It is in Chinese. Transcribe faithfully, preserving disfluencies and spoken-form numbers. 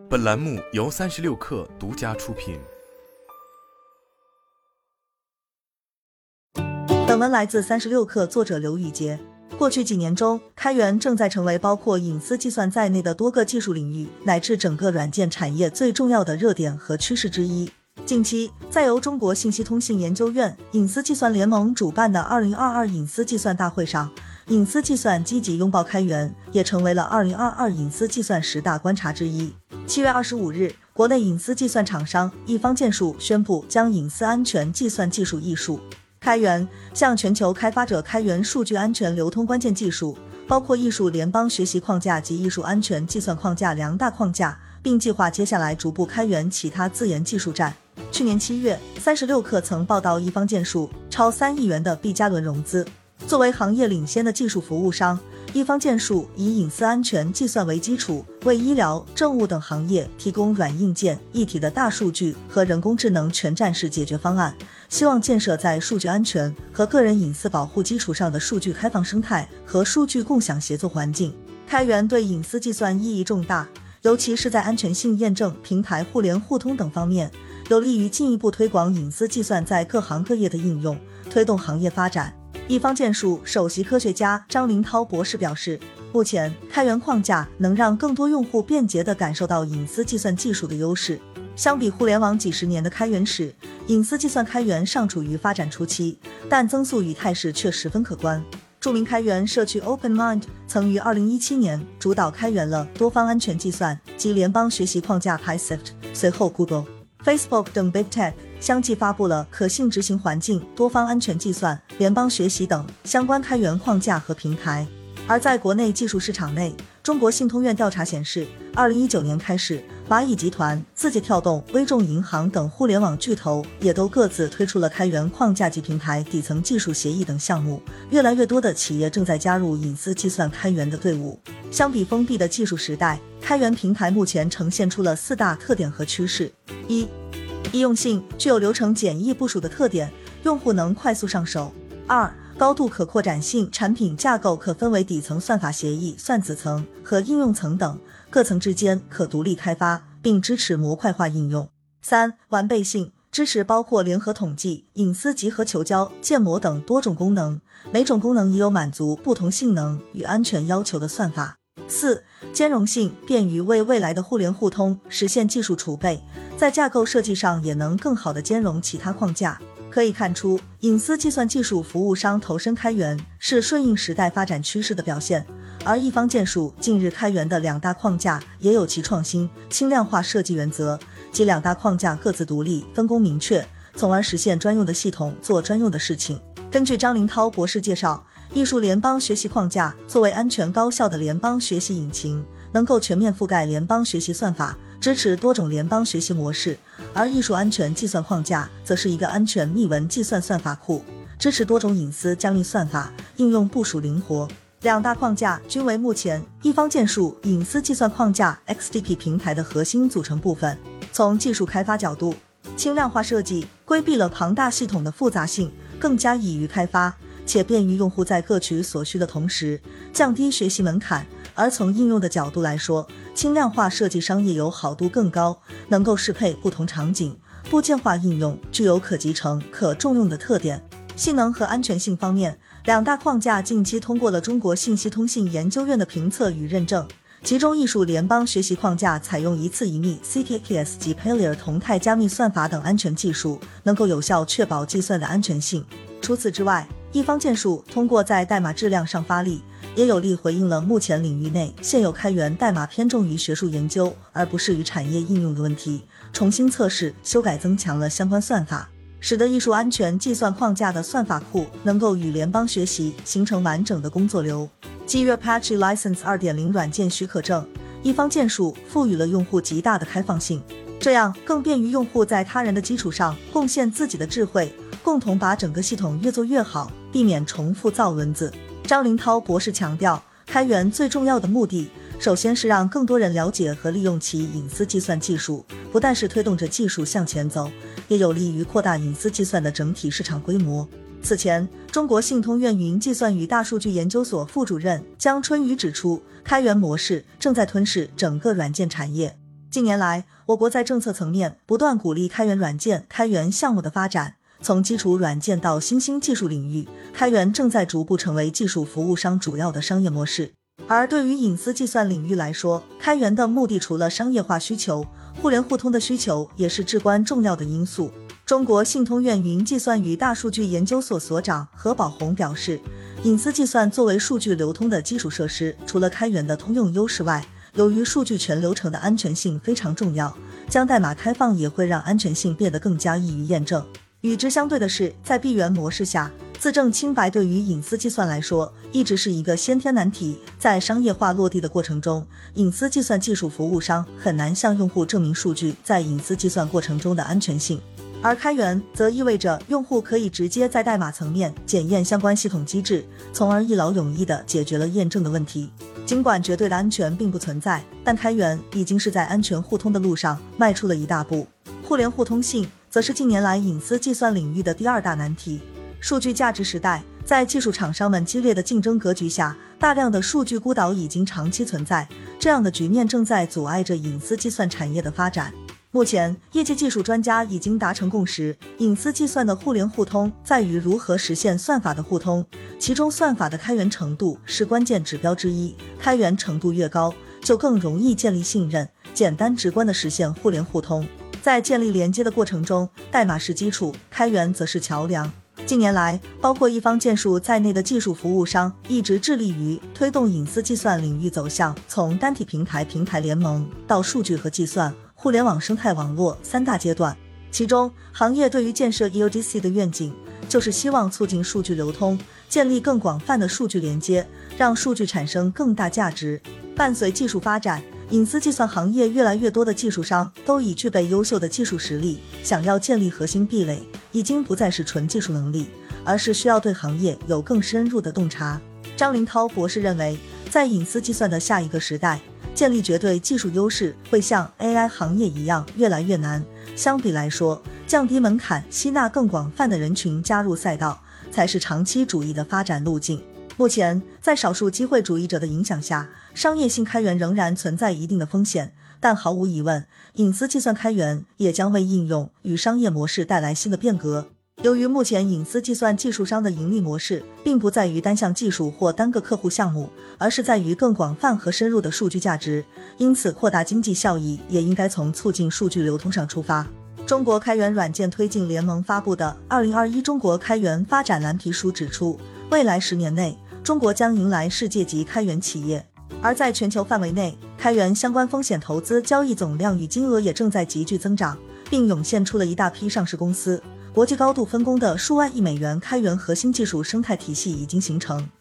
本栏目由三十六氪独家出品。 本文来自三十六氪，作者刘宇杰。过去几年中，开源正在成为包括隐私计算在内的多个技术领域乃至整个软件产业最重要的热点和趋势之一。近期，在由中国信息通信研究院隐私计算联盟主办的二零二二隐私计算大会上，隐私计算积极拥抱开源，也成为了二零二二隐私计算十大观察之一。七月二十五日，国内隐私计算厂商一方建数宣布将隐私安全计算技术艺术开源向全球开发者开源数据安全流通关键技术，包括艺术联邦学习框架及艺术安全计算框架两大框架，并计划接下来逐步开源其他自研技术栈。去年七月，三十六氪曾报道一方建数超三亿元的 B 加轮融资。作为行业领先的技术服务商，一方建数以隐私安全计算为基础，为医疗、政务等行业提供软硬件一体的大数据和人工智能全站式解决方案，希望建设在数据安全和个人隐私保护基础上的数据开放生态和数据共享协作环境。开源对隐私计算意义重大，尤其是在安全性验证、平台互联互通等方面，有利于进一步推广隐私计算在各行各业的应用，推动行业发展。一方建数首席科学家张林涛博士表示，目前开源框架能让更多用户便捷地感受到隐私计算技术的优势。相比互联网几十年的开源史，隐私计算开源尚处于发展初期，但增速与态势却十分可观。著名开源社区 OpenMind 曾于二零一七年主导开源了多方安全计算及联邦学习框架 PySift， 随后 Google、Facebook 等 Big Tech 相继发布了可信执行环境、多方安全计算、联邦学习等相关开源框架和平台。而在国内技术市场内，中国信通院调查显示，二零一九年开始，蚂蚁集团、字节跳动、微众银行等互联网巨头也都各自推出了开源框架及平台底层技术协议等项目，越来越多的企业正在加入隐私计算开源的队伍。相比封闭的技术时代，开源平台目前呈现出了四大特点和趋势。一、易用性，具有流程简易部署的特点，用户能快速上手。二、高度可扩展性，产品架构可分为底层算法协议、算子层和应用层等，各层之间可独立开发，并支持模块化应用。三、完备性，支持包括联合统计、隐私集合求交、建模等多种功能，每种功能也有满足不同性能与安全要求的算法。四、兼容性，便于为未来的互联互通实现技术储备，在架构设计上也能更好地兼容其他框架。可以看出，隐私计算技术服务商投身开源是顺应时代发展趋势的表现，而一方建数近日开源的两大框架也有其创新、轻量化设计原则，即两大框架各自独立、分工明确，从而实现专用的系统做专用的事情。根据张林涛博士介绍，艺术联邦学习框架作为安全高效的联邦学习引擎，能够全面覆盖联邦学习算法，支持多种联邦学习模式，而艺术安全计算框架则是一个安全密文计算算法库，支持多种隐私奖励算法，应用部署灵活。两大框架均为目前一方建数隐私计算框架 X D P 平台的核心组成部分。从技术开发角度，轻量化设计规避了庞大系统的复杂性，更加易于开发，且便于用户在各取所需的同时降低学习门槛。而从应用的角度来说，轻量化设计商业友好度更高，能够适配不同场景，部件化应用具有可集成、可重用的特点。性能和安全性方面，两大框架近期通过了中国信息通信研究院的评测与认证，其中艺术联邦学习框架采用一次一密 C T K S 及 Palir 同态加密算法等安全技术，能够有效确保计算的安全性。除此之外，一方建数通过在代码质量上发力，也有力回应了目前领域内现有开源代码偏重于学术研究而不适于产业应用的问题，重新测试、修改增强了相关算法，使得艺术安全计算框架的算法库能够与联邦学习形成完整的工作流。基于 Apache License 二点零 软件许可证，一方建数赋予了用户极大的开放性，这样更便于用户在他人的基础上贡献自己的智慧，共同把整个系统越做越好，避免重复造轮子。张林涛博士强调，开源最重要的目的，首先是让更多人了解和利用其隐私计算技术，不但是推动着技术向前走，也有利于扩大隐私计算的整体市场规模。此前，中国信通院云计算与大数据研究所副主任江春雨指出，开源模式正在吞噬整个软件产业。 近年来，我国在政策层面不断鼓励开源软件、开源项目的发展，从基础软件到新兴技术领域，开源正在逐步成为技术服务商主要的商业模式。而对于隐私计算领域来说，开源的目的除了商业化需求，互联互通的需求也是至关重要的因素。中国信通院云计算与大数据研究所所长何宝红表示，隐私计算作为数据流通的基础设施，除了开源的通用优势外，由于数据全流程的安全性非常重要，将代码开放也会让安全性变得更加易于验证。与之相对的是，在闭源模式下，自证清白对于隐私计算来说一直是一个先天难题。在商业化落地的过程中，隐私计算技术服务商很难向用户证明数据在隐私计算过程中的安全性，而开源则意味着用户可以直接在代码层面检验相关系统机制，从而一劳永逸地解决了验证的问题。尽管绝对的安全并不存在，但开源已经是在安全互通的路上迈出了一大步。互联互通性则是近年来隐私计算领域的第二大难题。数据价值时代，在技术厂商们激烈的竞争格局下，大量的数据孤岛已经长期存在，这样的局面正在阻碍着隐私计算产业的发展。目前，业界技术专家已经达成共识，隐私计算的互联互通在于如何实现算法的互通，其中算法的开源程度是关键指标之一，开源程度越高，就更容易建立信任，简单直观地实现互联互通。在建立连接的过程中，代码是基础，开源则是桥梁。近年来，包括一方建树在内的技术服务商一直致力于推动隐私计算领域走向从单体平台、平台联盟到数据和计算、互联网生态网络三大阶段。其中，行业对于建设 E O D C 的愿景，就是希望促进数据流通，建立更广泛的数据连接，让数据产生更大价值。伴随技术发展，隐私计算行业越来越多的技术商都已具备优秀的技术实力，想要建立核心壁垒，已经不再是纯技术能力，而是需要对行业有更深入的洞察。张林涛博士认为，在隐私计算的下一个时代，建立绝对技术优势会像 A I 行业一样越来越难，相比来说，降低门槛，吸纳更广泛的人群加入赛道，才是长期主义的发展路径。目前，在少数机会主义者的影响下，商业性开源仍然存在一定的风险，但毫无疑问，隐私计算开源也将为应用与商业模式带来新的变革。由于目前隐私计算技术商的盈利模式并不在于单项技术或单个客户项目，而是在于更广泛和深入的数据价值，因此扩大经济效益也应该从促进数据流通上出发。中国开源软件推进联盟发布的二零二一中国开源发展蓝皮书指出，未来十年内，中国将迎来世界级开源企业。而在全球范围内，开源相关风险投资交易总量与金额也正在急剧增长，并涌现出了一大批上市公司。国际高度分工的数万亿美元开源核心技术生态体系已经形成。